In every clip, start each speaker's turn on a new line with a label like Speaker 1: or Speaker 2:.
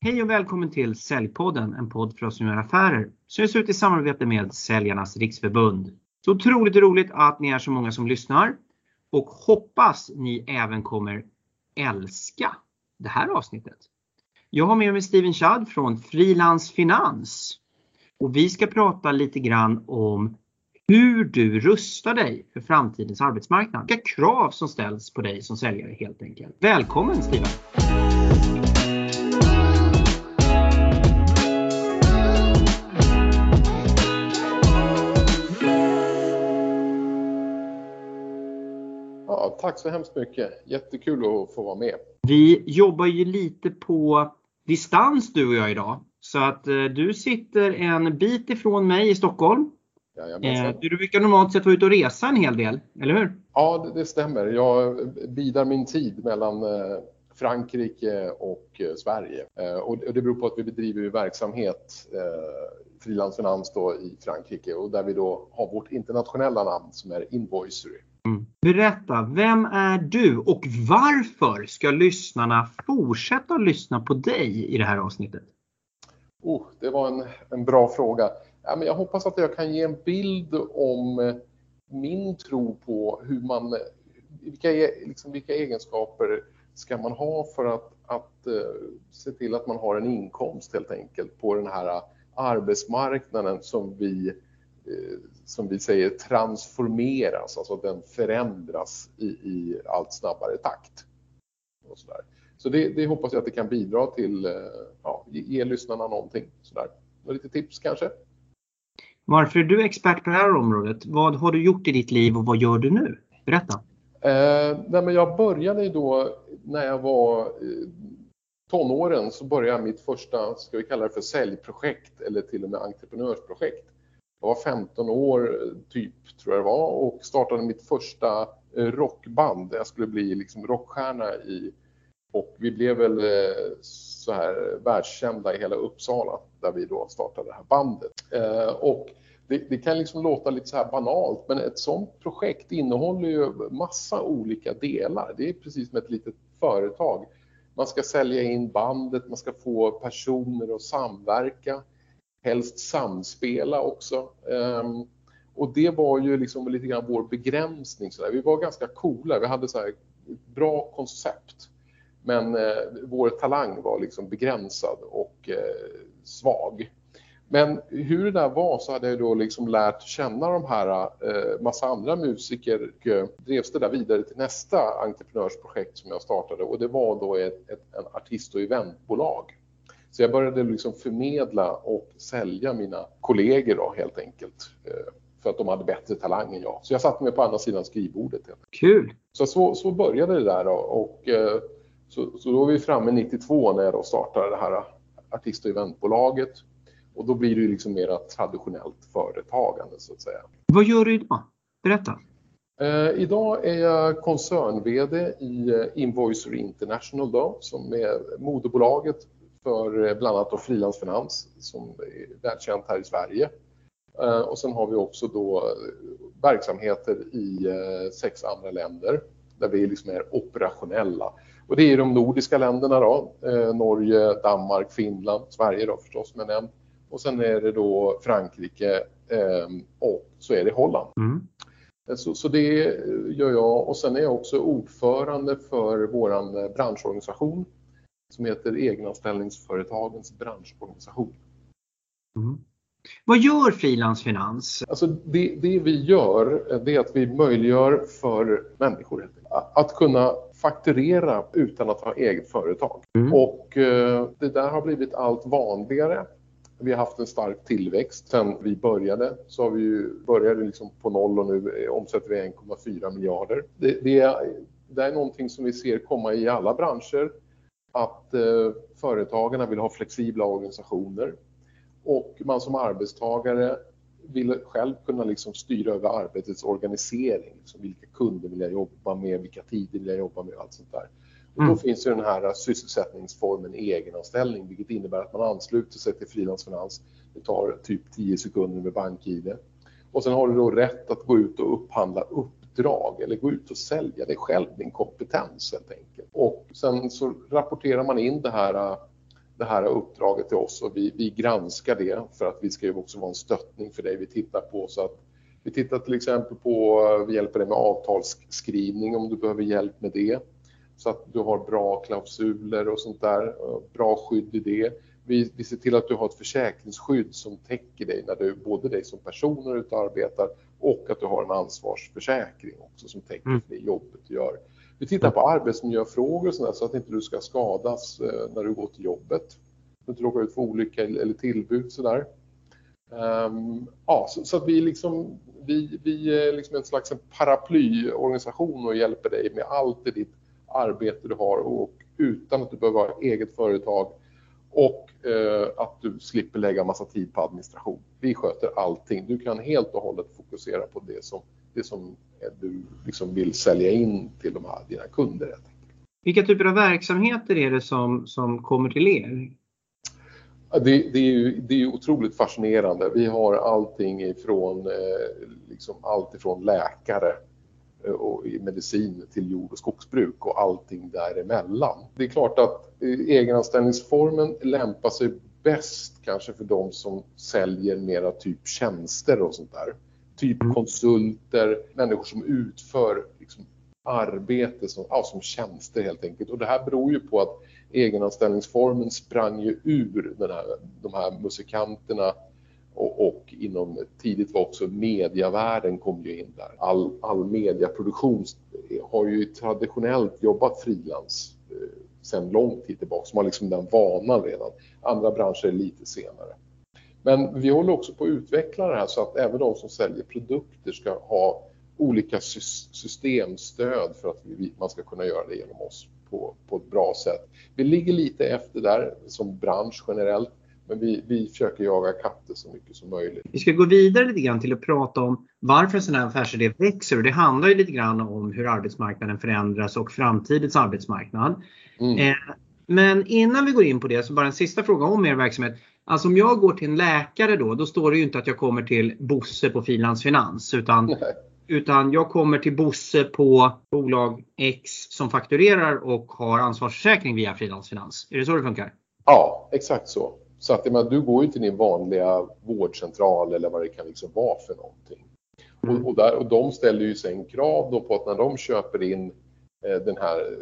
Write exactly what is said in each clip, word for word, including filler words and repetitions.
Speaker 1: Hej och välkommen till Säljpodden, en podd för oss som gör affärer. Som ser ut i samarbete med Säljarnas Riksförbund. Så otroligt roligt att ni är så många som lyssnar. Och hoppas ni även kommer älska det här avsnittet. Jag har med mig Steven Chad från Frilans Finans. Och vi ska prata lite grann om hur du rustar dig för framtidens arbetsmarknad. Vilka krav som ställs på dig som säljare helt enkelt. Välkommen Steven!
Speaker 2: Ja, tack så hemskt mycket. Jättekul att få vara med.
Speaker 1: Vi jobbar ju lite på distans du och jag idag. Så att eh, du sitter en bit ifrån mig i Stockholm. Eh, du brukar normalt sett vara ute och resa en hel del, eller hur?
Speaker 2: Ja, det, det stämmer. Jag bidar min tid mellan eh, Frankrike och eh, Sverige. Eh, och det beror på att vi bedriver verksamhet eh, Frilans Finans då i Frankrike. Och där vi då har vårt internationella namn som är Invoicery.
Speaker 1: Mm. Berätta, vem är du och varför ska lyssnarna fortsätta lyssna på dig i det här avsnittet?
Speaker 2: Oh, det var en, en bra fråga. Ja, men jag hoppas att jag kan ge en bild om min tro på hur man, vilka, liksom, vilka egenskaper ska man ha för att, att uh, se till att man har en inkomst helt enkelt på den här arbetsmarknaden som vi som vi säger transformeras, alltså att den förändras i, i allt snabbare takt. Och så där. Så det, det hoppas jag att det kan bidra till, ja, ge lyssnarna någonting. Så där. Och lite tips kanske.
Speaker 1: Varför är du expert på det här området? Vad har du gjort i ditt liv och vad gör du nu? Berätta.
Speaker 2: Eh, nej men jag började då när jag var eh, tonåren, så började jag mitt första, ska vi kalla det för säljprojekt eller till och med entreprenörsprojekt. Jag var femton år typ tror jag det var och startade mitt första rockband. Jag skulle bli liksom rockstjärna i, och vi blev väl så här världskända i hela Uppsala där vi då startade det här bandet. Och det, det kan liksom låta lite så här banalt, men ett sånt projekt innehåller ju massa olika delar. Det är precis som ett litet företag. Man ska sälja in bandet, man ska få personer att samverka. Helst samspela också. Um, och det var ju liksom lite grann vår begränsning. Så där. Vi var ganska coola. Vi hade så här bra koncept. Men uh, vår talang var liksom begränsad och uh, svag. Men hur det där var så hade jag då liksom lärt känna de här uh, massa andra musiker. Och uh, drevs det där vidare till nästa entreprenörsprojekt som jag startade. Och det var då ett, ett, en artist- och eventbolag. Så jag började liksom förmedla och sälja mina kollegor då helt enkelt. För att de hade bättre talang än jag. Så jag satte mig på andra sidan skrivbordet.
Speaker 1: Kul!
Speaker 2: Så, så, så började det där då. Och så, så då är vi framme nittiotvå när jag då startade det här artist- och eventbolaget. Och då blir det ju liksom mer traditionellt företagande så att säga.
Speaker 1: Vad gör du idag? Berätta!
Speaker 2: Eh, idag är jag koncern-vd i Invoicery International då. Som är moderbolaget för bland annat Frilans Finans som är världskänt här i Sverige. Och sen har vi också då verksamheter i sex andra länder där vi liksom är operationella. Och det är de nordiska länderna då, Norge, Danmark, Finland, Sverige då förstås som jag nämnt. Och sen är det då Frankrike och så är det Holland. Mm. Så, så det gör jag, och sen är jag också ordförande för våran branschorganisation som heter Egenanställningsföretagens branschorganisation.
Speaker 1: Mm. Vad gör Frilans Finans?
Speaker 2: Alltså det, det vi gör det är att vi möjliggör för människor att, att kunna fakturera utan att ha eget företag. Mm. Och eh, det där har blivit allt vanligare. Vi har haft en stark tillväxt sen vi började. Så har vi ju började liksom på noll och nu omsätter vi en komma fyra miljarder. Det, det, är, det är någonting som vi ser komma i alla branscher. Att eh, företagarna vill ha flexibla organisationer och man som arbetstagare vill själv kunna liksom styra över arbetets organisering. Så vilka kunder vill jag jobba med, vilka tider vill jag jobba med och allt sånt där. Och då mm. finns ju den här sysselsättningsformen egenanställning, vilket innebär att man ansluter sig till Frilans Finans. Det tar typ tio sekunder med bank-I D. Och sen har du då rätt att gå ut och upphandla uppdrag eller gå ut och sälja dig själv, din kompetens helt enkelt. Och sen så rapporterar man in det här det här uppdraget till oss och vi, vi granskar det för att vi ska ju också vara en stöttning för dig vi tittar på. Så att vi tittar till exempel på, vi hjälper dig med avtalsskrivning om du behöver hjälp med det. Så att du har bra klausuler och sånt där, bra skydd i det. Vi, vi ser till att du har ett försäkringsskydd som täcker dig när du, både dig som person när du ute arbetar och att du har en ansvarsförsäkring också som täcker mm. för det jobbet du gör. Vi tittar på arbetsmiljöfrågor och sådär, så att inte du ska skadas eh, när du går till jobbet. Så att du inte råkar ut för olycka eller tillbud sådär. Um, ja, så, så att vi, liksom, vi, vi är liksom en slags en paraplyorganisation och hjälper dig med allt i ditt arbete du har och utan att du behöver ha eget företag och eh, att du slipper lägga massa tid på administration. Vi sköter allting. Du kan helt och hållet fokusera på det som, det som du liksom vill sälja in till de här dina kunder.
Speaker 1: Vilka typer av verksamheter är det som, som kommer till er?
Speaker 2: Det, det, är ju, det är ju otroligt fascinerande. Vi har allting ifrån, eh, liksom allt ifrån läkare och medicin till jord- och skogsbruk och allting däremellan. Det är klart att egenanställningsformen lämpar sig bäst kanske för de som säljer mera typ tjänster och sånt där. Typ mm. konsulter, människor som utför liksom arbete som, ja, som tjänster helt enkelt. Och det här beror ju på att egenanställningsformen sprang ju ur den här, de här musikanterna. Och, och inom tidigt var också mediavärlden kom ju in där. All, all mediaproduktion har ju traditionellt jobbat frilans eh, sedan lång tid tillbaka. Som har liksom den vanan redan. Andra branscher är lite senare. Men vi håller också på att utveckla det här så att även de som säljer produkter ska ha olika systemstöd för att vi, man ska kunna göra det genom oss på, på ett bra sätt. Vi ligger lite efter där som bransch generellt. Men vi, vi försöker jaga katter så mycket som möjligt.
Speaker 1: Vi ska gå vidare lite grann till att prata om varför en sån här affärsidé växer. Och det handlar ju lite grann om hur arbetsmarknaden förändras och framtidens arbetsmarknad. Mm. Eh, men innan vi går in på det så bara en sista fråga om er verksamhet. Alltså om jag går till en läkare då, då står det ju inte att jag kommer till Bosse på Finlands Finans. Utan, utan jag kommer till Bosse på bolag X som fakturerar och har ansvarsförsäkring via Finlands Finans. Är det så det funkar?
Speaker 2: Ja, exakt så. Så att men, du går ju till din vanliga vårdcentral eller vad det kan liksom vara för någonting. Mm. Och, och, där, och de ställer ju sig en krav då på att när de köper in eh, den här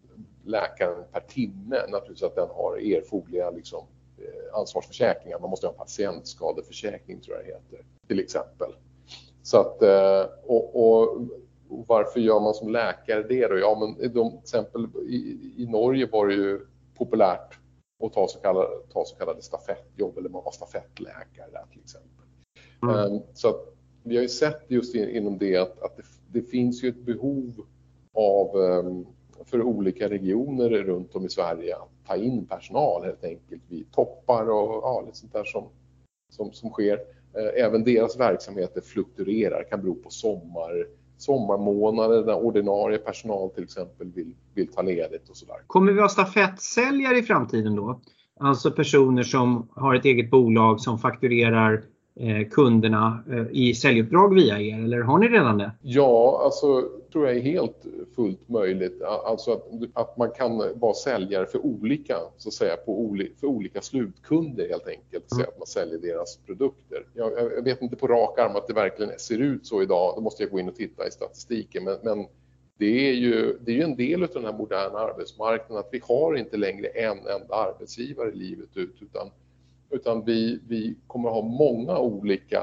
Speaker 2: läkaren per timme, naturligtvis att den har erforderliga liksom, eh, ansvarsförsäkringar. Man måste ha en patientskadeförsäkring tror jag det heter, till exempel. Så att, eh, och, och, och varför gör man som läkare det då? Ja, men de, till exempel i, i Norge var det ju populärt och ta så kallade, ta så kallade stafettjobb eller man var stafettläkare där till exempel. Mm. Um, så att vi har ju sett just in, inom det att, att det, det finns ju ett behov av um, för olika regioner runt om i Sverige att ta in personal helt enkelt vid toppar och ja, lite sånt där som, som, som sker. Uh, även deras verksamheter fluktuerar, kan bero på sommar, sommarmånader där ordinarie personal till exempel vill, vill ta ledigt och sådär.
Speaker 1: Kommer vi ha stafettsäljare i framtiden då? Alltså personer som har ett eget bolag som fakturerar eh, kunderna eh, i säljuppdrag via er, eller har ni redan det?
Speaker 2: Ja, alltså tror jag är helt fullt möjligt. Alltså att, att man kan vara säljare för olika, så att säga, på oli, för olika slutkunder helt enkelt. Mm. Så att man säljer deras produkter. Jag, jag vet inte på rak arm att det verkligen ser ut så idag. Då måste jag gå in och titta i statistiken. Men, men det är ju det är ju en del av den här moderna arbetsmarknaden att vi har inte längre en enda arbetsgivare i livet ut. Utan, utan vi, vi kommer ha många olika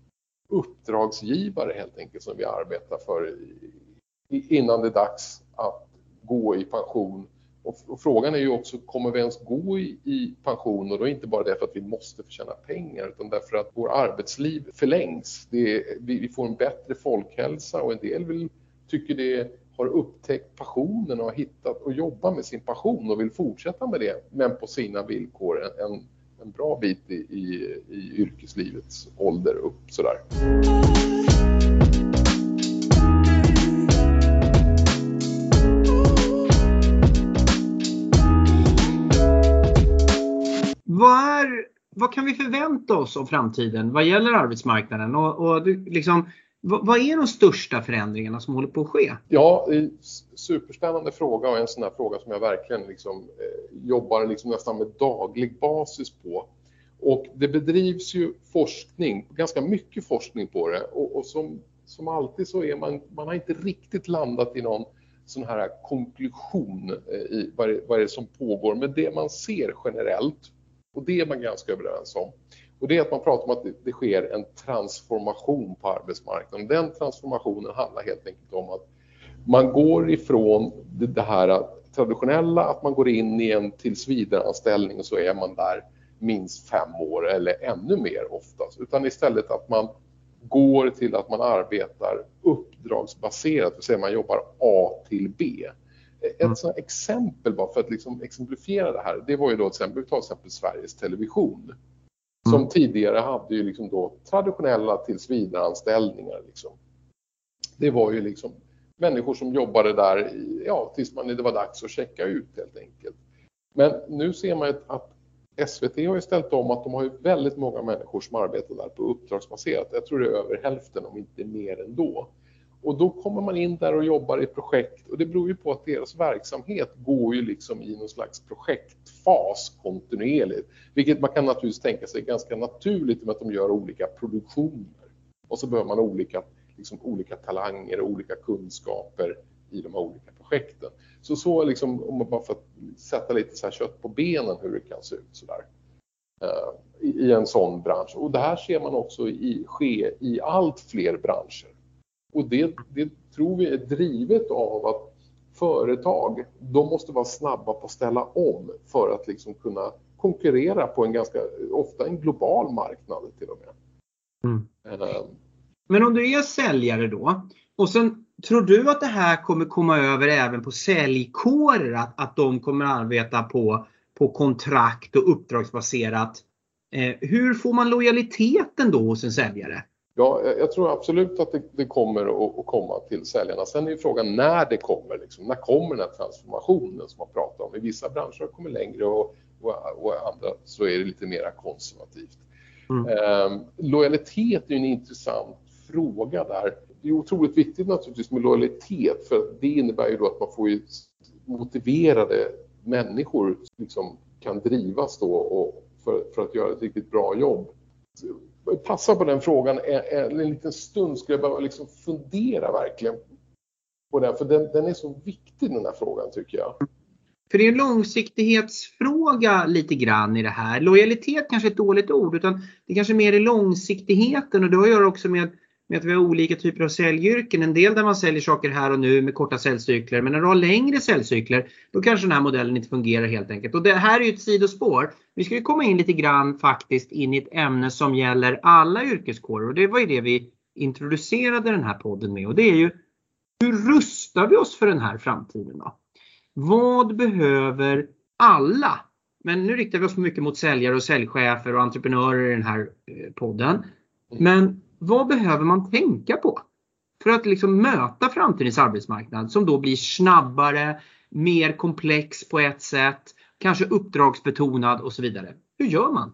Speaker 2: uppdragsgivare helt enkelt som vi arbetar för innan det är dags att gå i pension. Och, och frågan är ju också, kommer vi ens gå i, i pension? Och då inte bara därför att vi måste förtjäna pengar utan därför att vår arbetsliv förlängs. Det är, vi, vi får en bättre folkhälsa och en del vill, tycker det har upptäckt passionen och har hittat och jobbar med sin passion och vill fortsätta med det. Men på sina villkor en, en bra bit i, i, i yrkeslivets ålder upp sådär.
Speaker 1: Vad, är, vad kan vi förvänta oss om framtiden vad gäller arbetsmarknaden? Och, och liksom, V- vad är de största förändringarna som håller på att ske?
Speaker 2: Ja, det är en superspännande fråga och en sån här fråga som jag verkligen liksom, eh, jobbar liksom nästan med daglig basis på. Och det bedrivs ju forskning, ganska mycket forskning på det. Och, och som, som alltid så är man, man har inte riktigt landat i någon sån här konklusion eh, i vad det, vad det är som pågår. Men det man ser generellt, och det är man ganska överens om. Och det är att man pratar om att det, det sker en transformation på arbetsmarknaden. Den transformationen handlar helt enkelt om att man går ifrån det, det här traditionella, att man går in i en tillsvidareanställning och så är man där minst fem år eller ännu mer oftast. Utan istället att man går till att man arbetar uppdragsbaserat, det vill säga man jobbar A till B. Ett mm. sådant exempel bara för att liksom exemplifiera det här, det var ju då till exempel, till exempel Sveriges Television. Som mm. tidigare hade ju liksom då traditionella tillsvidareanställningar. Liksom. Det var ju liksom människor som jobbade där ja, tills man, det var dags att checka ut helt enkelt. Men nu ser man att S V T har ju ställt om att de har ju väldigt många människor som arbetar där på uppdragsbaserat. Jag tror det är över hälften om inte mer ändå. Och då kommer man in där och jobbar i projekt. Och det beror ju på att deras verksamhet går ju liksom i någon slags projektfas kontinuerligt. Vilket man kan naturligtvis tänka sig ganska naturligt med att de gör olika produktioner. Och så behöver man olika, liksom, olika talanger och olika kunskaper i de här olika projekten. Så så liksom, om man bara får sätta lite så här kött på benen hur det kan se ut sådär. Uh, i, i en sån bransch. Och det här ser man också i, ske i allt fler branscher. Och det, det tror vi är drivet av att företag, de måste vara snabba på att ställa om för att liksom kunna konkurrera på en ganska, ofta en global marknad till och med.
Speaker 1: Mm.
Speaker 2: Uh,
Speaker 1: Men om du är säljare då, och sen tror du att det här kommer komma över även på säljkårer, att, att de kommer arbeta på, på kontrakt och uppdragsbaserat? Eh, hur får man lojaliteten då hos en säljare?
Speaker 2: Ja, jag tror absolut att det, det kommer att, att komma till säljarna. Sen är ju frågan när det kommer. Liksom. När kommer den här transformationen som man pratar om? I vissa branscher kommer längre och, och, och andra så är det lite mer konservativt. Mm. Eh, lojalitet är ju en intressant fråga där. Det är otroligt viktigt naturligtvis med lojalitet, för det innebär ju då att man får ju motiverade människor liksom kan drivas då och för, för att göra ett riktigt bra jobb. Passa på den frågan en, en liten stund, skulle jag bara liksom fundera verkligen på den, för den, den är så viktig den här frågan tycker jag.
Speaker 1: För det är en långsiktighetsfråga lite grann i det här. Lojalitet kanske är ett dåligt ord, utan det kanske mer är långsiktigheten, och det har att göra också med med att vi har olika typer av säljyrken. En del där man säljer saker här och nu med korta säljcykler. Men när du har längre säljcykler, då kanske den här modellen inte fungerar helt enkelt. Och det här är ju ett sidospår. Vi ska ju komma in lite grann faktiskt in i ett ämne som gäller alla yrkeskårer. Och det var ju det vi introducerade den här podden med. Och det är ju, hur rustar vi oss för den här framtiden då? Vad behöver alla? Men nu riktar vi oss mycket mot säljare och säljchefer och entreprenörer i den här podden. Men vad behöver man tänka på för att liksom möta framtidens arbetsmarknad som då blir snabbare, mer komplex på ett sätt, kanske uppdragsbetonad och så vidare? Hur gör man?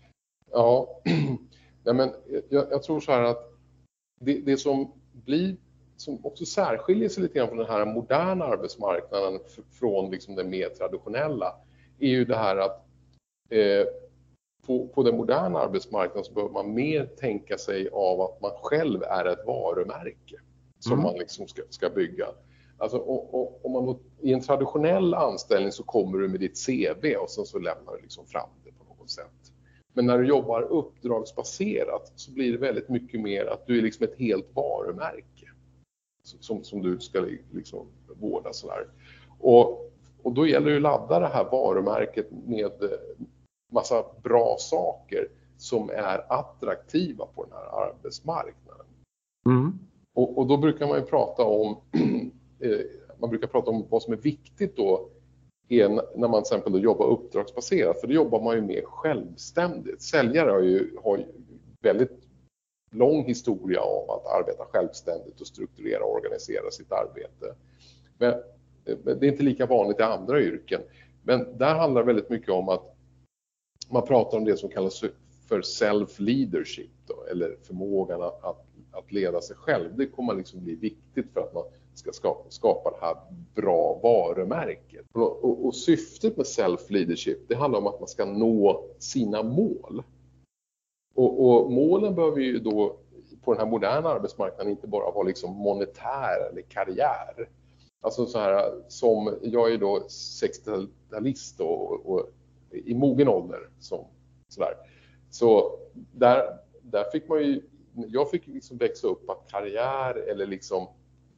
Speaker 2: Ja, ja men jag, jag tror så här att det, det som blir, som också särskiljer sig lite grann från den här moderna arbetsmarknaden från liksom den mer traditionella, är ju det här att eh, På, på den moderna arbetsmarknaden så behöver man mer tänka sig av att man själv är ett varumärke som mm. man liksom ska, ska bygga. Alltså, och, och, om man då, i en traditionell anställning så kommer du med ditt C V och sen så lämnar du liksom fram det på något sätt. Men när du jobbar uppdragsbaserat så blir det väldigt mycket mer att du är liksom ett helt varumärke som, som du ska liksom vårda sådär. Och, och då gäller det att ladda det här varumärket med massa bra saker som är attraktiva på den här arbetsmarknaden. Mm. Och, och då brukar man ju prata om eh, man brukar prata om vad som är viktigt då är när man till exempel då jobbar uppdragsbaserat, för då jobbar man ju mer självständigt. Säljare har ju, har ju väldigt lång historia av att arbeta självständigt och strukturera och organisera sitt arbete. Men det är inte lika vanligt i andra yrken. Men där handlar det väldigt mycket om att man pratar om det som kallas för self-leadership då, eller förmågan att, att, att att leda sig själv. Det kommer liksom bli viktigt för att man ska skapa, skapa det här bra varumärket. Och, och, och syftet med self-leadership, det handlar om att man ska nå sina mål. Och, och målen behöver ju då på den här moderna arbetsmarknaden inte bara vara liksom monetär eller karriär. Alltså så här som, jag är då sextiotalist och, och i mogen ålder som sådär. Så där, där fick man ju, jag fick liksom växa upp att karriär eller liksom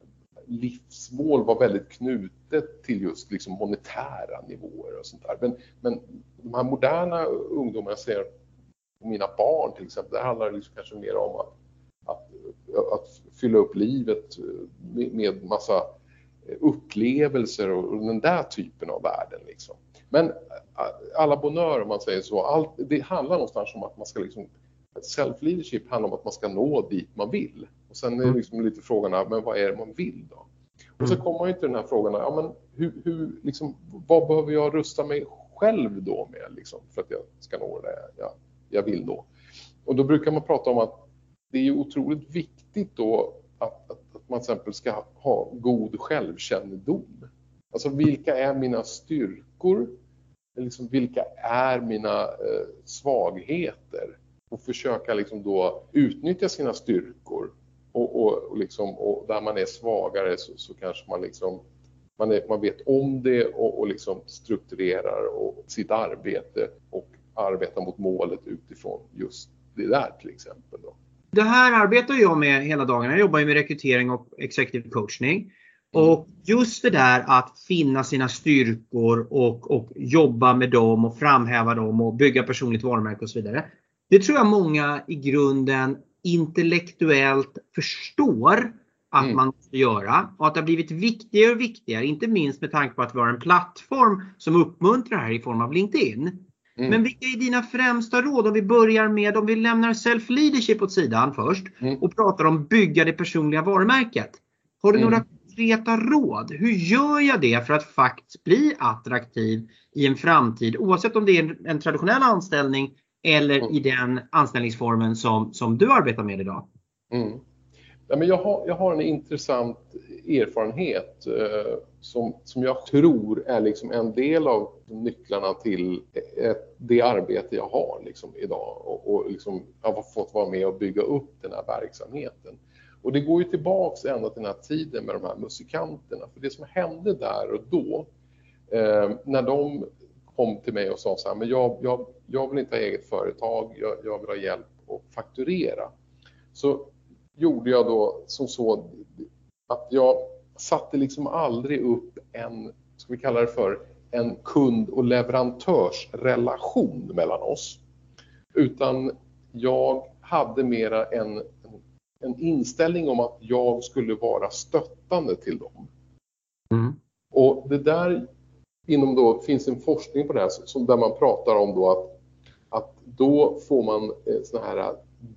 Speaker 2: livsmål var väldigt knutet till just liksom monetära nivåer och sånt där. Men, men de här moderna ungdomarna, jag ser mina barn till exempel, där handlar det liksom kanske mer om att, att, att fylla upp livet med, med massa upplevelser och, och den där typen av värden liksom. Men alla bonheur, om man säger så, allt, det handlar någonstans om att man ska liksom, self-leadership handlar om att man ska nå dit man vill. Och sen är det liksom lite frågan, men vad är det man vill då? Och så kommer man ju till den här frågan, ja men hur, hur liksom, vad behöver jag rusta mig själv då med liksom, för att jag ska nå det jag, jag vill då? Och då brukar man prata om att det är otroligt viktigt då att, att, att man till exempel ska ha god självkännedom. Alltså vilka är mina styrkor? Liksom, vilka är mina eh, svagheter? Och försöka liksom då utnyttja sina styrkor. Och, och, och, liksom, och där man är svagare så, så kanske man, liksom, man, är, man vet om det och, och liksom strukturerar och sitt arbete och arbetar mot målet utifrån just det där till exempel då.
Speaker 1: Det här arbetar jag med hela dagen. Jag jobbar ju med rekrytering och executive coaching. Och just det där att finna sina styrkor och, och jobba med dem och framhäva dem och bygga personligt varumärke och så vidare. Det tror jag många i grunden intellektuellt förstår att mm. man måste göra. Och att det har blivit viktigare och viktigare, inte minst med tanke på att vi har en plattform som uppmuntrar det här i form av LinkedIn. Mm. Men vilka är dina främsta råd om vi börjar med, om vi lämnar self-leadership åt sidan först mm. och pratar om bygga det personliga varumärket. Har du mm. några konkreta råd? Hur gör jag det för att faktiskt bli attraktiv i en framtid, oavsett om det är en, en traditionell anställning eller mm. i den anställningsformen som, som du arbetar med idag?
Speaker 2: Mm. Ja, men jag, har, jag har en intressant erfarenhet eh, som, som jag tror är liksom en del av nycklarna till ett, det arbete jag har liksom idag. Och, och liksom, jag har fått vara med och bygga upp den här verksamheten. Och det går ju tillbaks ända till den här tiden med de här musikanterna. För det som hände där och då, eh, när de kom till mig och sa så här, men jag, jag, jag vill inte ha eget företag, jag, jag vill ha hjälp att fakturera. Så gjorde jag då som så att jag satte liksom aldrig upp en, ska vi kalla det för, en kund- och leverantörsrelation mellan oss. Utan jag hade mera en, en inställning om att jag skulle vara stöttande till dem. Mm. Och det där, inom då finns en forskning på det här som där man pratar om då att, att då får man såna här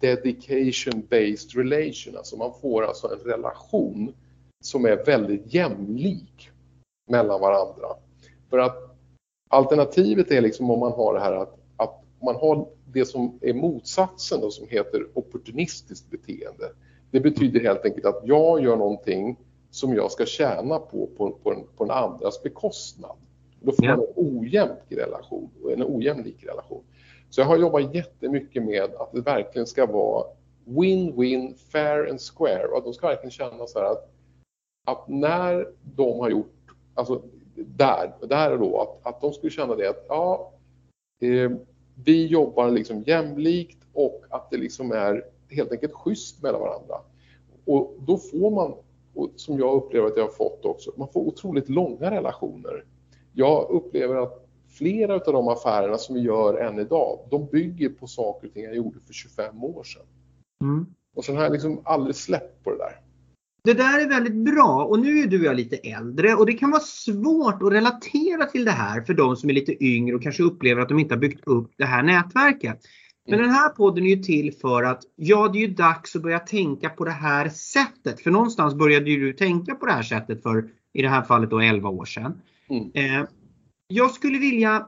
Speaker 2: dedication-based relation. Alltså man får alltså en relation som är väldigt jämlik mellan varandra. För att alternativet är liksom om man har det här att, att man har det som är motsatsen då, som heter opportunistiskt beteende. Det betyder helt enkelt att jag gör någonting som jag ska tjäna på på, på, en, på en andras bekostnad. Då får man en ojämn relation och en ojämlik relation. Så jag har jobbat jättemycket med att det verkligen ska vara win-win, fair and square. Och att de ska verkligen känna så här att, att när de har gjort, alltså där, där då, att, att de skulle känna det att ja, eh, vi jobbar liksom jämlikt och att det liksom är helt enkelt schysst mellan varandra. Och då får man, och som jag upplever att jag har fått också, man får otroligt långa relationer. Jag upplever att flera av de affärerna som vi gör än idag, de bygger på saker och ting jag gjorde för tjugofem år sedan. Mm. Och sen har jag liksom aldrig släppt på det där.
Speaker 1: Det där är väldigt bra, och nu är du och jag lite äldre och det kan vara svårt att relatera till det här för de som är lite yngre och kanske upplever att de inte har byggt upp det här nätverket. Men mm. den här podden är ju till för att ja, det är ju dags att börja tänka på det här sättet. För någonstans började ju du tänka på det här sättet för i det här fallet då elva år sedan. Mm. Eh, jag skulle vilja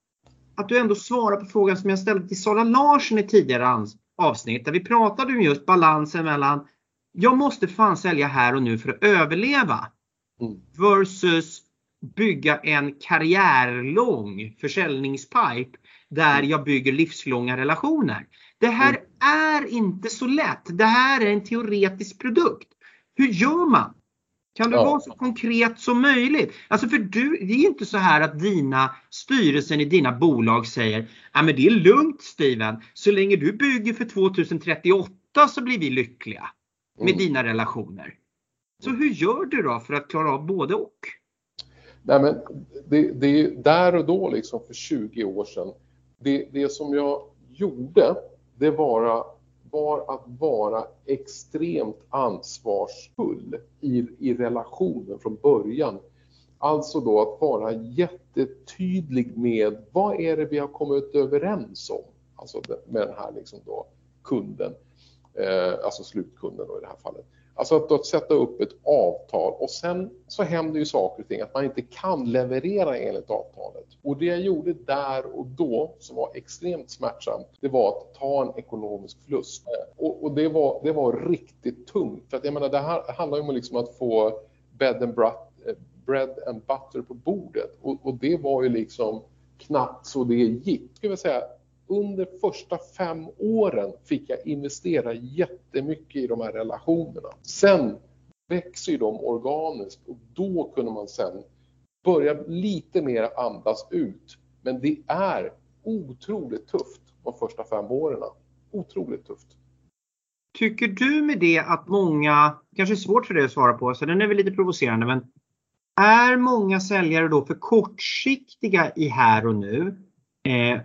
Speaker 1: att du ändå svarar på frågan som jag ställde till Sara Larsson i tidigare avsnitt. Där vi pratade om just balansen mellan jag måste fan sälja här och nu för att överleva.
Speaker 2: Mm.
Speaker 1: Versus bygga en karriärlång försäljningspipe där
Speaker 2: Mm.
Speaker 1: jag bygger livslånga relationer. Det här
Speaker 2: Mm.
Speaker 1: är inte så lätt. Det här är en teoretisk produkt. Hur gör man? Kan du
Speaker 2: Ja.
Speaker 1: vara så konkret som möjligt? Alltså för du, det är ju inte så här att dina styrelsen i dina bolag säger ja men det är lugnt Steven, så länge du bygger för tjugohundratrettioåtta så blir vi lyckliga med
Speaker 2: Mm.
Speaker 1: dina relationer. Så hur gör du då för att klara av både och?
Speaker 2: Nej, men det, det är där och då liksom för tjugo år sedan. Det, det som jag gjorde, det var, var att vara extremt ansvarsfull i, i relationen från början. Alltså då att vara jättetydlig med vad är det vi har kommit överens om. Alltså med den här liksom då kunden, eh, alltså slutkunden då i det här fallet. Alltså att, att sätta upp ett avtal och sen så händer ju saker och ting att man inte kan leverera enligt avtalet. Och det jag gjorde där och då som var extremt smärtsamt, det var att ta en ekonomisk förlust. Och, och det, var, det var riktigt tungt. För att jag menar, det här handlar ju om liksom att få bed and brat, bread and butter på bordet. Och, och det var ju liksom knappt så det gick. Ska vi säga, under första fem åren fick jag investera jättemycket i de här relationerna. Sen växer ju de organiskt och då kunde man sen börja lite mer andas ut. Men det är otroligt tufft de första fem åren. Otroligt tufft.
Speaker 1: Tycker du med det att många, kanske är svårt för dig att svara på så den är väl lite provocerande, men är många säljare då för kortsiktiga i här och nu? Eh,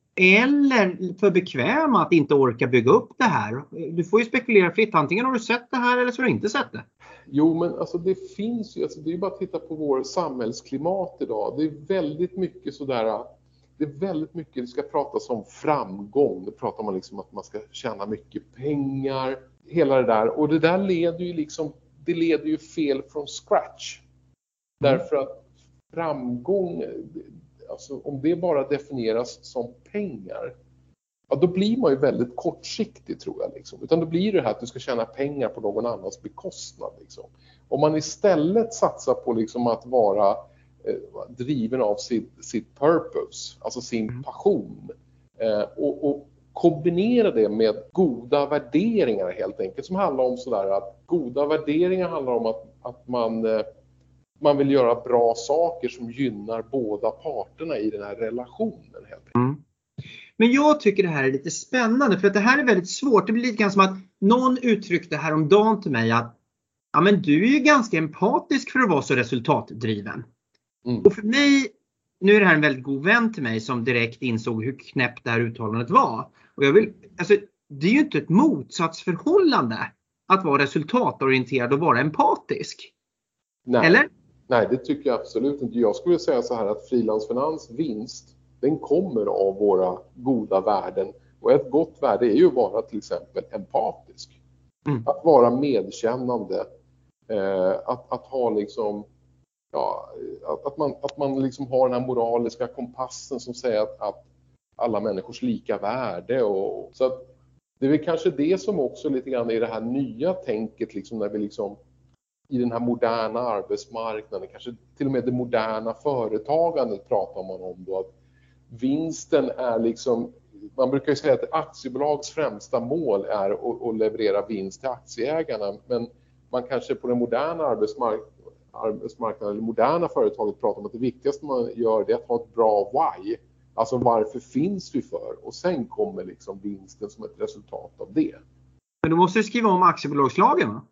Speaker 1: Eller för bekväma att inte orka bygga upp det här. Du får ju spekulera fritt. Antingen har du sett det här eller så har du inte sett det.
Speaker 2: Jo, men alltså det finns ju, alltså det är ju bara att titta på vår samhällsklimat idag. Det är väldigt mycket sådär, det är väldigt mycket, det ska pratas om framgång. Det pratar man liksom att man ska tjäna mycket pengar. Hela det där. Och det där leder ju liksom, det leder ju fel från scratch. Mm. Därför att framgång, alltså om det bara definieras som pengar, ja, då blir man ju väldigt kortsiktig tror jag. Liksom. Utan då blir det här att du ska tjäna pengar på någon annans bekostnad. Liksom. Om man istället satsar på liksom att vara eh, driven av sitt, sitt purpose, alltså sin passion, eh, och, och kombinera det med goda värderingar helt enkelt, som handlar om sådär att goda värderingar handlar om att, att man... Eh, man vill göra bra saker som gynnar båda parterna i den här relationen. Helt enkelt.
Speaker 1: Mm. Men jag tycker det här är lite spännande för att det här är väldigt svårt. Det blir lite grann som att någon uttryckte häromdagen till mig att ja, men du är ju ganska empatisk för att vara så resultatdriven. Mm. Och för mig, nu är det här en väldigt god vän till mig som direkt insåg hur knäppt det här uttalandet var. Och jag vill, alltså, det är ju inte ett motsatsförhållande att vara resultatorienterad och vara empatisk.
Speaker 2: Nej.
Speaker 1: Eller?
Speaker 2: Nej, det tycker jag absolut inte. Jag skulle säga så här att frilansfinans vinst, den kommer av våra goda värden. Och ett gott värde är ju att vara till exempel empatisk. Mm. Att vara medkännande. Eh, att, att ha liksom, ja, att, att man, att man liksom har den här moraliska kompassen som säger att, att alla människors lika värde. Och, så att det är väl kanske det som också lite grann är det här nya tänket liksom när vi liksom i den här moderna arbetsmarknaden, kanske till och med det moderna företagandet pratar man om då, att vinsten är liksom, man brukar ju säga att ett aktiebolags främsta mål är att, att leverera vinst till aktieägarna, men man kanske på den moderna arbetsmark- arbetsmarknaden eller moderna företaget pratar om att det viktigaste man gör det är att ha ett bra why, alltså varför finns vi för, och sen kommer liksom vinsten som ett resultat av det.
Speaker 1: Men du måste skriva om aktiebolagslagen, va?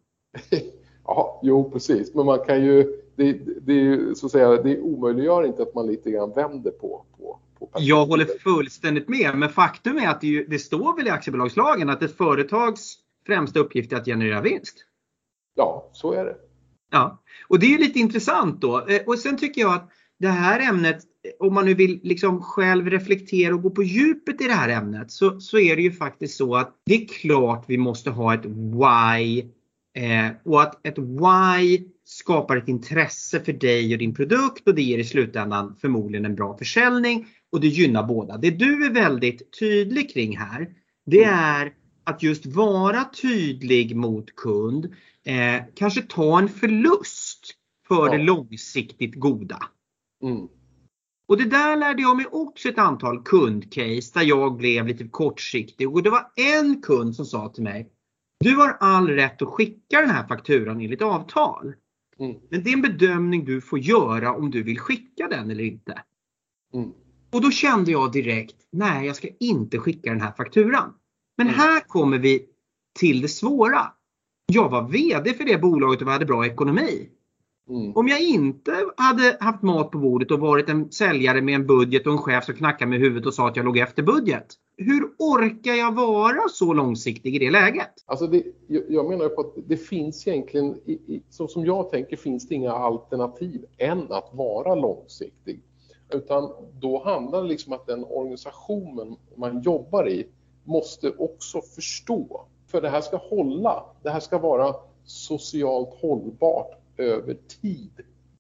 Speaker 2: Ja, jo precis. Men man kan ju, det, det är ju så att säga, det omöjliggör inte att man lite grann vänder på, på, på
Speaker 1: Jag håller fullständigt med, men faktum är att det, ju, det står väl i aktiebolagslagen att ett företags främsta uppgift är att generera vinst.
Speaker 2: Ja, så är det.
Speaker 1: Ja, och det är ju lite intressant då. Och sen tycker jag att det här ämnet, om man nu vill liksom själv reflektera och gå på djupet i det här ämnet, så, så är det ju faktiskt så att det är klart vi måste ha ett why. Eh, och att ett why skapar ett intresse för dig och din produkt, och det ger i slutändan förmodligen en bra försäljning och det gynnar båda. Det du är väldigt tydlig kring här, det är att just vara tydlig mot kund. Eh, kanske ta en förlust för
Speaker 2: Ja.
Speaker 1: det långsiktigt goda.
Speaker 2: Mm.
Speaker 1: Och det där lärde jag mig också ett antal kundcase där jag blev lite kortsiktig. Och det var en kund som sa till mig: du har all rätt att skicka den här fakturan enligt avtal.
Speaker 2: Mm.
Speaker 1: Men det är en bedömning du får göra om du vill skicka den eller inte.
Speaker 2: Mm.
Speaker 1: Och då kände jag direkt, nej, jag ska inte skicka den här fakturan. Men
Speaker 2: Mm.
Speaker 1: här kommer vi till det svåra. Jag var vd för det bolaget och hade bra ekonomi.
Speaker 2: Mm.
Speaker 1: Om jag inte hade haft mat på bordet och varit en säljare med en budget och en chef som knackade med huvudet och sa att jag låg efter budget. Hur orkar jag vara så långsiktig i det läget?
Speaker 2: Alltså det, jag, jag menar på att det finns egentligen, i, i, så som jag tänker, finns det inga alternativ än att vara långsiktig. Utan då handlar det liksom att den organisationen man jobbar i måste också förstå. För det här ska hålla, det här ska vara socialt hållbart över tid.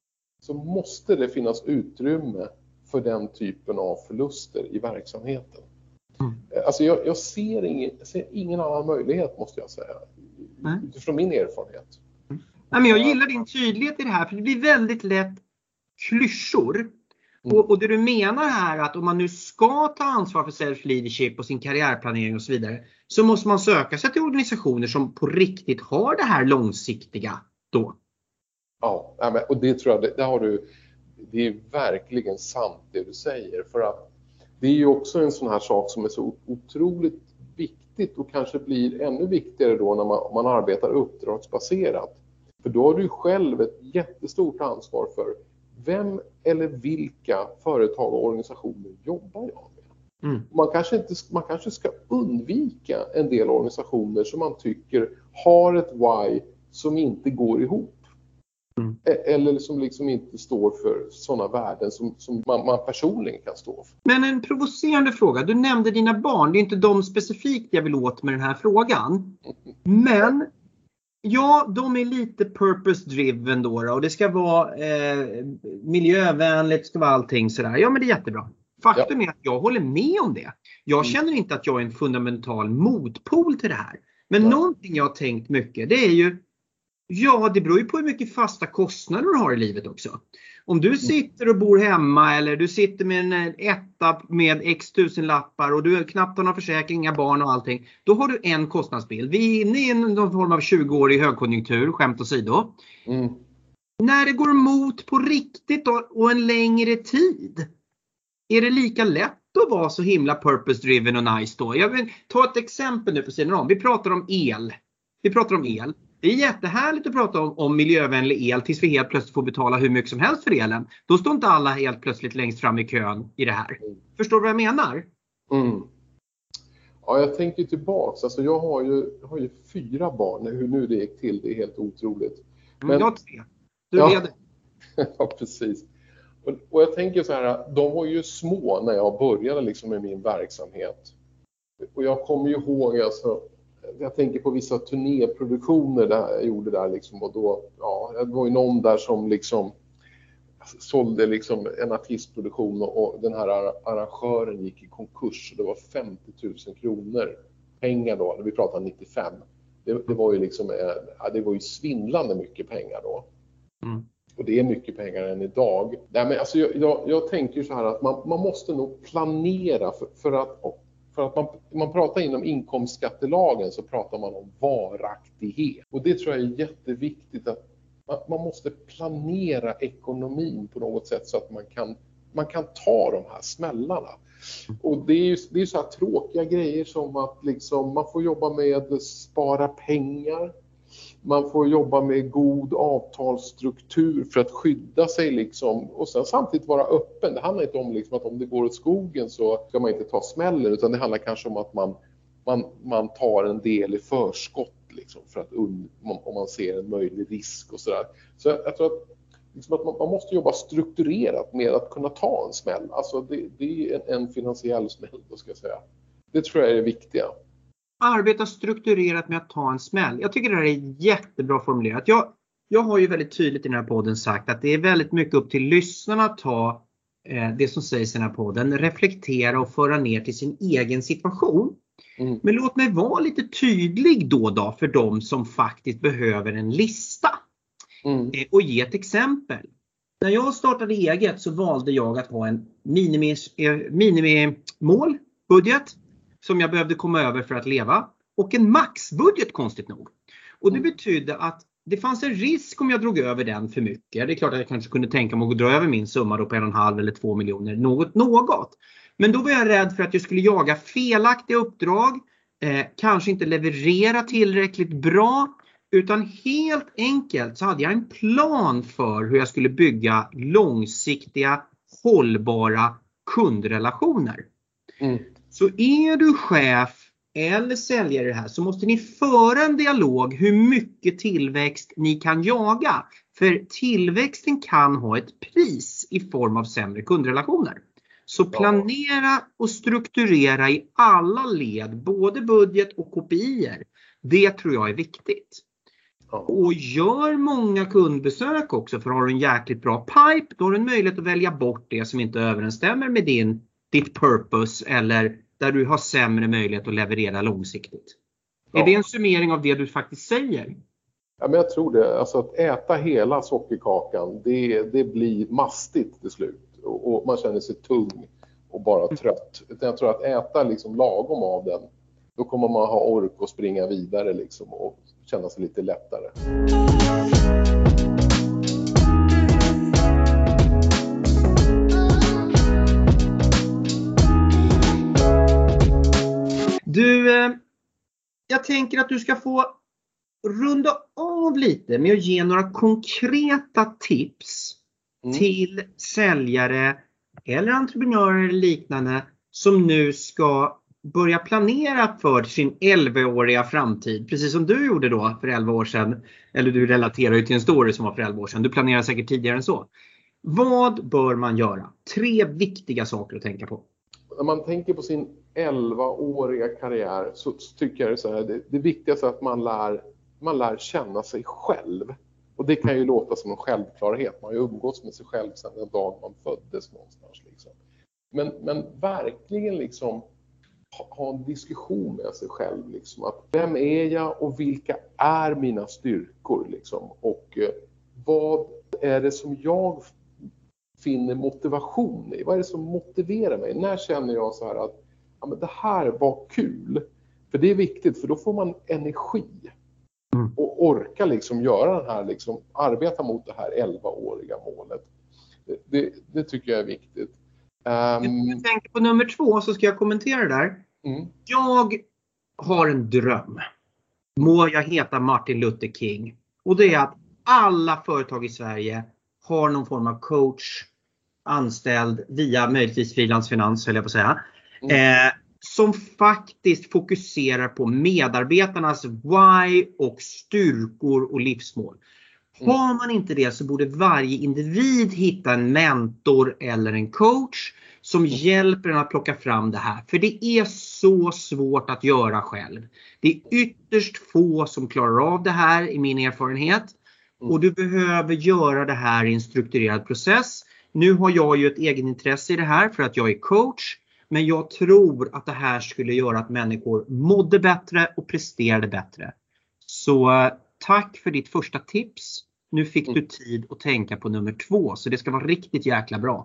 Speaker 2: Så måste det finnas utrymme för den typen av förluster i verksamheten. Mm. Alltså jag, jag, ser ingen, jag ser ingen annan möjlighet, måste jag säga. Nej. Utifrån min erfarenhet.
Speaker 1: Mm. Nej, men jag gillar din tydlighet i det här, för det blir väldigt lätt klyschor. Mm. Och, och det du menar här, att om man nu ska ta ansvar för self-leadership och sin karriärplanering och så vidare, så måste man söka sig till organisationer som på riktigt har det här långsiktiga då.
Speaker 2: Ja, och det tror jag, det, det har du, det är verkligen sant det du säger. För att det är ju också en sån här sak som är så otroligt viktigt och kanske blir ännu viktigare då när man, man arbetar uppdragsbaserat. För då har du själv ett jättestort ansvar för vem eller vilka företag och organisationer jobbar jag med. Mm. Man, kanske inte, man kanske ska undvika en del organisationer som man tycker har ett why som inte går ihop. Mm. Eller som liksom inte står för sådana värden som, som man, man personligen kan stå för.
Speaker 1: Men en provocerande fråga. Du nämnde dina barn. Det är inte de specifikt jag vill åt med den här frågan. Men ja, de är lite purpose driven då, då och det ska vara eh, miljövänligt, det ska vara allting sådär. Ja, men det är jättebra. Faktum ja. är att jag håller med om det. Jag mm. känner inte att jag är en fundamental motpol till det här. Men ja. någonting jag har tänkt mycket, det är ju, ja, det beror ju på hur mycket fasta kostnader du har i livet också. Om du sitter och bor hemma eller du sitter med en etta med x tusen lappar och du knappt har någon försäkring, inga barn och allting. Då har du en kostnadsbild. Vi är inne i någon form av tjugo-årig högkonjunktur, skämt åsido. Mm. När det går emot på riktigt och en längre tid, är det lika lätt att vara så himla purpose driven och nice då? Jag vill ta ett exempel nu på sidan om. Vi pratar om el. Vi pratar om el. Det är jättehärligt att prata om, om miljövänlig el tills vi helt plötsligt får betala hur mycket som helst för elen. Då står inte alla helt plötsligt längst fram i kön i det här. Förstår du vad jag menar?
Speaker 2: Mm. Ja, jag tänker tillbaks. Alltså jag har ju, jag har ju fyra barn. Hur nu det gick till, det är helt otroligt.
Speaker 1: Men, jag har tre. Du
Speaker 2: ja,
Speaker 1: leder.
Speaker 2: Ja, precis. Och, och jag tänker så här, de var ju små när jag började liksom med min verksamhet. Och jag kommer ju ihåg, alltså, jag tänker på vissa turnéproduktioner där jag gjorde där liksom, och då, ja, det var ju någon där som liksom sålde liksom en artistproduktion och, och den här arrangören gick i konkurs. Det var femtio tusen kronor pengar då, vi pratar nittiofem. Det, det var ju liksom, ja, det var ju svindlande mycket pengar då. Mm. Och det är mycket pengar än idag. Nej, men alltså jag, jag, jag tänker så här att man, man måste nog planera för, för att För att man, man pratar inom inkomstskattelagen så pratar man om varaktighet. Och det tror jag är jätteviktigt, att man, man måste planera ekonomin på något sätt så att man kan, man kan ta de här smällarna. Och det är ju det är så här tråkiga grejer som att liksom, man får jobba med spara pengar. Man får jobba med god avtalsstruktur för att skydda sig liksom, och sen samtidigt vara öppen. Det handlar inte om liksom att om det går åt skogen så ska man inte ta smällen, utan det handlar kanske om att man, man, man tar en del i förskott liksom, för att um, om man ser en möjlig risk och sådär. Så jag, jag tror att, liksom att man, man måste jobba strukturerat med att kunna ta en smäll. Alltså det, det är en, en finansiell smäll då, ska jag säga. Det tror jag är det viktiga.
Speaker 1: Arbeta strukturerat med att ta en smäll. Jag tycker det här är jättebra formulerat. Jag, jag har ju väldigt tydligt i den här podden sagt att det är väldigt mycket upp till lyssnarna att ta eh, det som sägs i den här podden, reflektera och föra ner till sin egen situation. Mm. Men låt mig vara lite tydlig då, då för de som faktiskt behöver en lista. Mm. Och ge ett exempel. När jag startade eget så valde jag att ha en minimimål, budget, som jag behövde komma över för att leva. Och en maxbudget, konstigt nog. Och det mm. betydde att det fanns en risk om jag drog över den för mycket. Det är klart att jag kanske kunde tänka mig att dra över min summa då på en och en halv eller två miljoner. Något, något. Men då var jag rädd för att jag skulle jaga felaktiga uppdrag. Eh, kanske inte leverera tillräckligt bra. Utan helt enkelt så hade jag en plan för hur jag skulle bygga långsiktiga, hållbara kundrelationer. Mm. Så är du chef eller säljare det här, så måste ni föra en dialog hur mycket tillväxt ni kan jaga. För tillväxten kan ha ett pris i form av sämre kundrelationer. Så planera och strukturera i alla led, både budget och K P I-er. Det tror jag är viktigt. Och gör många kundbesök också, för har du en jäkligt bra pipe, då har du en möjlighet att välja bort det som inte överensstämmer med din, ditt purpose eller där du har sämre möjlighet att leverera långsiktigt. Ja. Är det en summering av det du faktiskt säger?
Speaker 2: Ja, men jag tror det. Alltså att äta hela sockerkakan, det, det blir mastigt till slut. Och, och man känner sig tung och bara trött. Jag tror att äta liksom lagom av den, då kommer man ha ork och springa vidare liksom och känna sig lite lättare.
Speaker 1: Du, eh, jag tänker att du ska få runda av lite med att ge några konkreta tips mm. till säljare eller entreprenörer eller liknande som nu ska börja planera för sin elvaåriga framtid. Precis som du gjorde då för elva år sedan. Eller du relaterar ju till en story som var för elva år sedan. Du planerar säkert tidigare än så. Vad bör man göra? Tre viktiga saker att tänka på.
Speaker 2: När man tänker på sin elvaåriga karriär så tycker jag så här, det, det viktigaste är att man lär, man lär känna sig själv. Och det kan ju låta som en självklarhet. Man har ju umgåtts med sig själv sedan den dag man föddes någonstans. Liksom. Men, men verkligen liksom ha en diskussion med sig själv. Liksom, att vem är jag och vilka är mina styrkor? Liksom, och eh, vad är det som jag finner motivation i? Vad är det som motiverar mig? När känner jag så här att ja, men det här var kul? För det är viktigt, för då får man energi. Mm. Och orka liksom göra den här, liksom, arbeta mot det här elvaåriga målet. Det, det, det tycker jag är viktigt.
Speaker 1: Um, jag tänker på nummer två, så ska jag kommentera där. Mm. Jag har en dröm. Må jag heta Martin Luther King. Och det är att alla företag i Sverige har någon form av coach anställd via möjligtvis frilansfinans, höll jag på att säga. Mm. Eh, som faktiskt fokuserar på medarbetarnas why och styrkor och livsmål. Mm. Har man inte det så borde varje individ hitta en mentor eller en coach som mm. hjälper en att plocka fram det här. För det är så svårt att göra själv. Det är ytterst få som klarar av det här i min erfarenhet. Mm. Och du behöver göra det här i en strukturerad process. Nu har jag ju ett egenintresse i det här för att jag är coach. Men jag tror att det här skulle göra att människor mådde bättre och presterade bättre. Så tack för ditt första tips. Nu fick du tid att tänka på nummer två. Så det ska vara riktigt jäkla bra.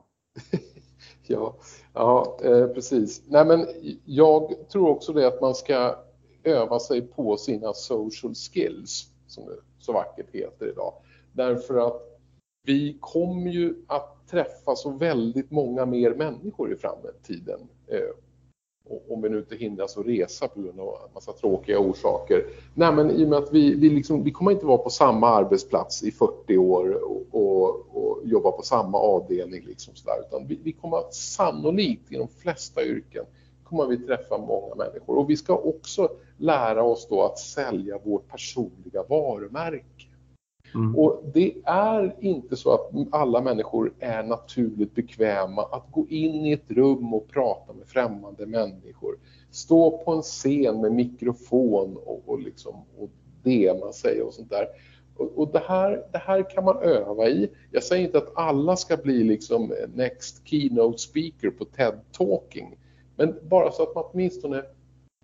Speaker 2: ja, ja eh, precis. Nej, men jag tror också det att man ska öva sig på sina social skills. Som det så vackert heter idag. Därför att vi kommer ju att träffa så väldigt många mer människor i framtiden. Eh, om vi nu inte hindras att resa på grund av en massa tråkiga orsaker. Nej, men i och med att vi, vi, liksom, vi kommer inte vara på samma arbetsplats i fyrtio år och, och, och jobba på samma avdelning. Liksom sådär, utan vi, vi kommer sannolikt i de flesta yrken kommer vi träffa många människor. Och vi ska också lära oss då att sälja vårt personliga varumärke. Mm. Och det är inte så att alla människor är naturligt bekväma att gå in i ett rum och prata med främmande människor. Stå på en scen med mikrofon och, och, liksom, och det man säger och sånt där. Och, och det, här, det här kan man öva i. Jag säger inte att alla ska bli liksom next keynote speaker på TED Talking. Men bara så att man åtminstone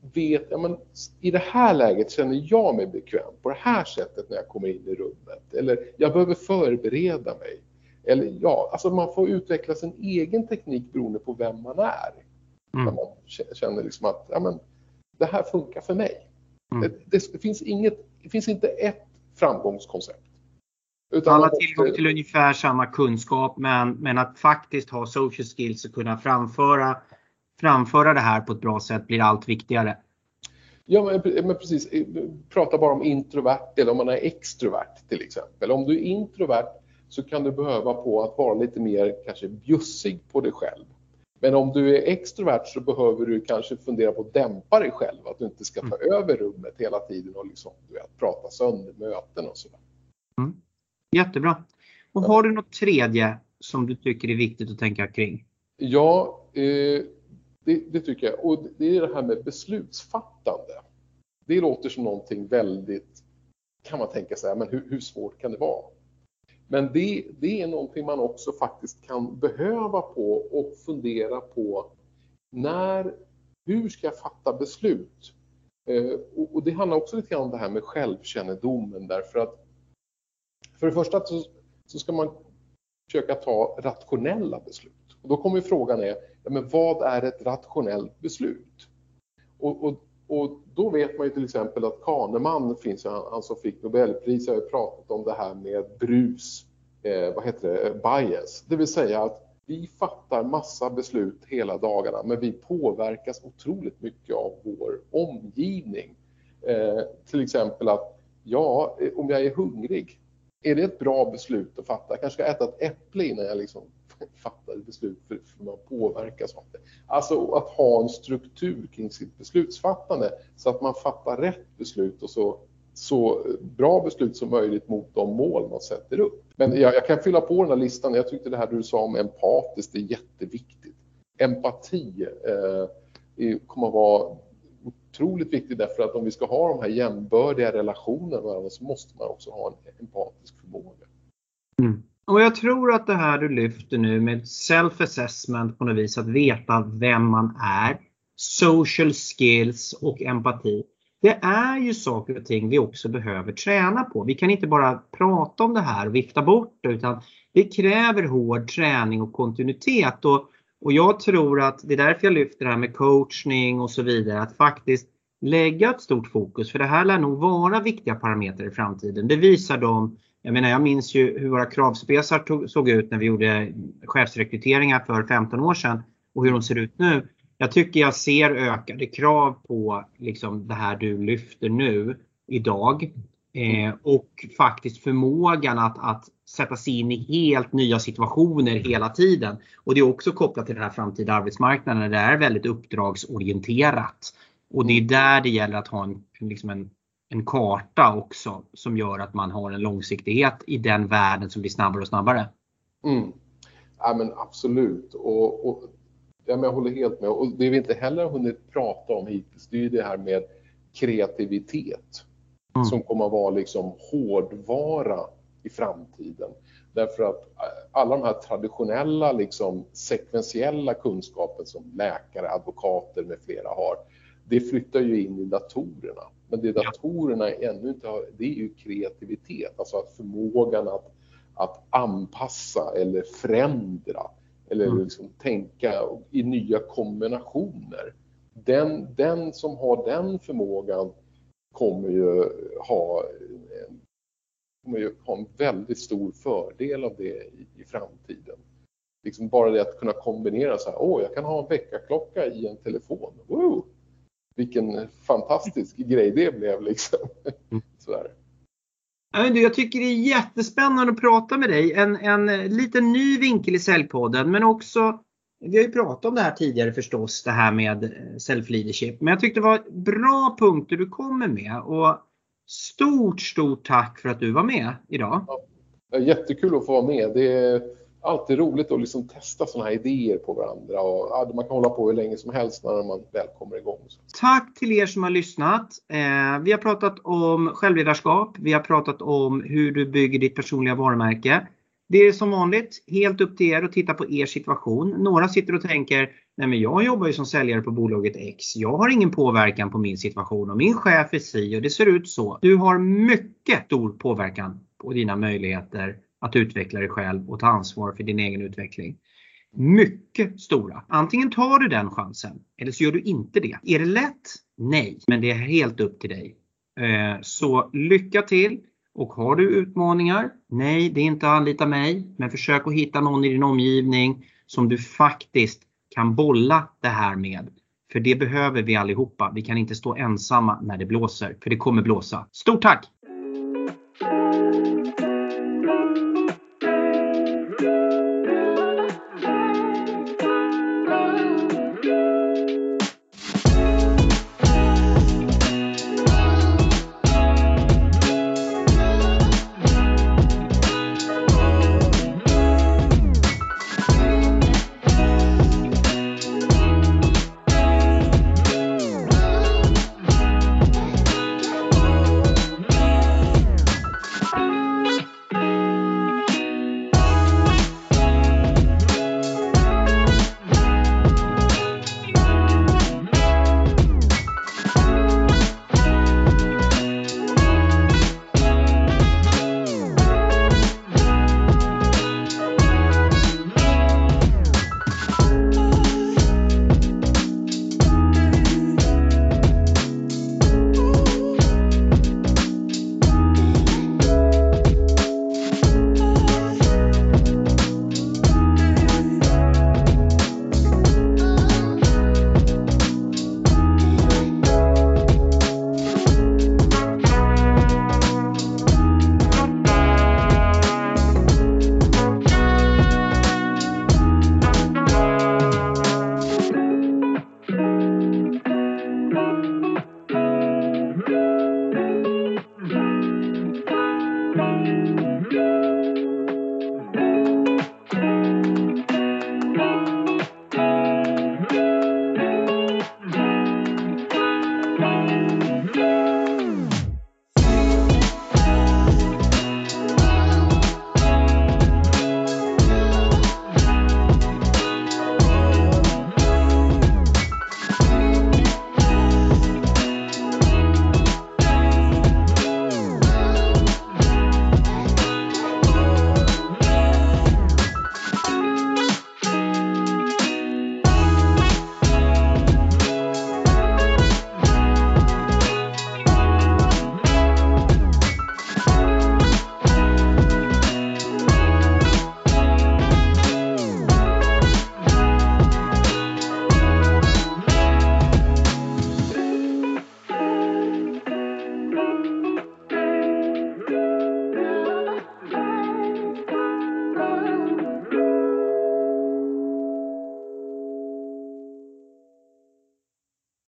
Speaker 2: vet, ja, men i det här läget känner jag mig bekväm på det här sättet när jag kommer in i rummet. Eller jag behöver förbereda mig. Eller ja, alltså man får utveckla sin egen teknik beroende på vem man är. Mm. När man känner liksom att ja, men, det här funkar för mig. Mm. Det, det, det, finns inget, det finns inte ett framgångskoncept.
Speaker 1: Utan alla måste... tillgång till ungefär samma kunskap, men, men att faktiskt ha social skills och kunna framföra, framföra det här på ett bra sätt blir allt viktigare.
Speaker 2: Ja, men, men precis. Prata bara om introvert eller om man är extrovert till exempel. Om du är introvert så kan du behöva på att vara lite mer kanske bjussig på dig själv. Men om du är extrovert så behöver du kanske fundera på att dämpa dig själv. Att du inte ska ta mm. över rummet hela tiden och liksom, du vet, prata sönder möten och sådär.
Speaker 1: Mm. Jättebra. Och har du något tredje som du tycker är viktigt att tänka kring?
Speaker 2: Ja, eh, det, det tycker jag. Och det är det här med beslutsfattande. Det låter som någonting väldigt, kan man tänka sig, men hur, hur svårt kan det vara? Men det, det är någonting man också faktiskt kan behöva på och fundera på när, hur ska jag fatta beslut? Eh, och, och det handlar också lite grann om det här med självkännedomen, därför att för det första så, så ska man försöka ta rationella beslut. Och då kommer frågan är, ja, men vad är ett rationellt beslut? Och, och, och då vet man ju till exempel att Kahneman finns, han, han som fick Nobelpris, har ju pratat om det här med brus, eh, vad heter det, bias. Det vill säga att vi fattar massa beslut hela dagarna, men vi påverkas otroligt mycket av vår omgivning. Eh, till exempel att, ja, om jag är hungrig, är det ett bra beslut att fatta? Jag kanske ska äta ett äpple innan jag liksom fattar ett beslut, för, för man påverkas av det. Alltså att ha en struktur kring sitt beslutsfattande så att man fattar rätt beslut och så, så bra beslut som möjligt mot de mål man sätter upp. Men jag, jag kan fylla på den här listan. Jag tyckte det här du sa om empatiskt är jätteviktigt. Empati eh, kommer att vara otroligt viktigt, därför att om vi ska ha de här jämbördiga relationerna så måste man också ha en empatisk förmåga.
Speaker 1: Mm. Och jag tror att det här du lyfter nu med self-assessment på något vis, att veta vem man är, social skills och empati, det är ju saker och ting vi också behöver träna på. Vi kan inte bara prata om det här och vifta bort det, utan det kräver hård träning och kontinuitet. Och Och jag tror att det är därför jag lyfter det här med coachning och så vidare. Att faktiskt lägga ett stort fokus. För det här lär nog vara viktiga parametrar i framtiden. Det visar de. Jag menar, jag minns ju hur våra kravspesar tog, såg ut när vi gjorde chefsrekryteringar för femton år sedan. Och hur de ser ut nu. Jag tycker jag ser ökade krav på liksom det här du lyfter nu idag. Eh, och faktiskt förmågan att, att sätta sig in i helt nya situationer hela tiden. Och det är också kopplat till den här framtida arbetsmarknaden. Det är väldigt uppdragsorienterat. Och det är där det gäller att ha en, liksom en, en karta också som gör att man har en långsiktighet i den världen som blir snabbare och snabbare.
Speaker 2: Mm. Ja, men absolut. Och, och ja, men jag håller helt med. Och det vi inte heller har hunnit prata om hittills, det är ju det här med kreativitet. Mm. Som kommer att vara liksom hårdvara i framtiden. Därför att alla de här traditionella liksom sekventiella kunskapen som läkare, advokater med flera har, det flyttar ju in i datorerna. Men det datorerna ännu inte har, det är ju kreativitet. Alltså att förmågan att, att anpassa eller förändra eller mm. liksom tänka i nya kombinationer. Den, den som har den förmågan kommer ju ha en, kommer ju ha en väldigt stor fördel av det i, i framtiden. Liksom bara det att kunna kombinera så här, åh, jag kan ha en väckarklocka i en telefon. Wow! Vilken fantastisk grej det blev liksom. Sådär.
Speaker 1: Jag tycker det är jättespännande att prata med dig. En, en liten ny vinkel i Säljpodden, men också, vi har ju pratat om det här tidigare förstås, det här med self-leadership. Men jag tyckte det var bra punkter du kommer med. Och stort, stort tack för att du var med idag.
Speaker 2: Ja, jättekul att få vara med. Det är alltid roligt att liksom testa sådana här idéer på varandra. Och, ja, man kan hålla på hur länge som helst när man väl kommer igång.
Speaker 1: Tack till er som har lyssnat. Eh, vi har pratat om självledarskap. Vi har pratat om hur du bygger ditt personliga varumärke. Det är som vanligt helt upp till er att titta på er situation. Några sitter och tänker, nej men jag jobbar ju som säljare på bolaget X. Jag har ingen påverkan på min situation och min chef är si och det ser ut så. Du har mycket stor påverkan på dina möjligheter att utveckla dig själv och ta ansvar för din egen utveckling. Mycket stora. Antingen tar du den chansen eller så gör du inte det. Är det lätt? Nej, men det är helt upp till dig. Så lycka till. Och har du utmaningar? Nej, det är inte att anlita mig. Men försök att hitta någon i din omgivning som du faktiskt kan bolla det här med. För det behöver vi allihopa. Vi kan inte stå ensamma när det blåser. För det kommer blåsa. Stort tack!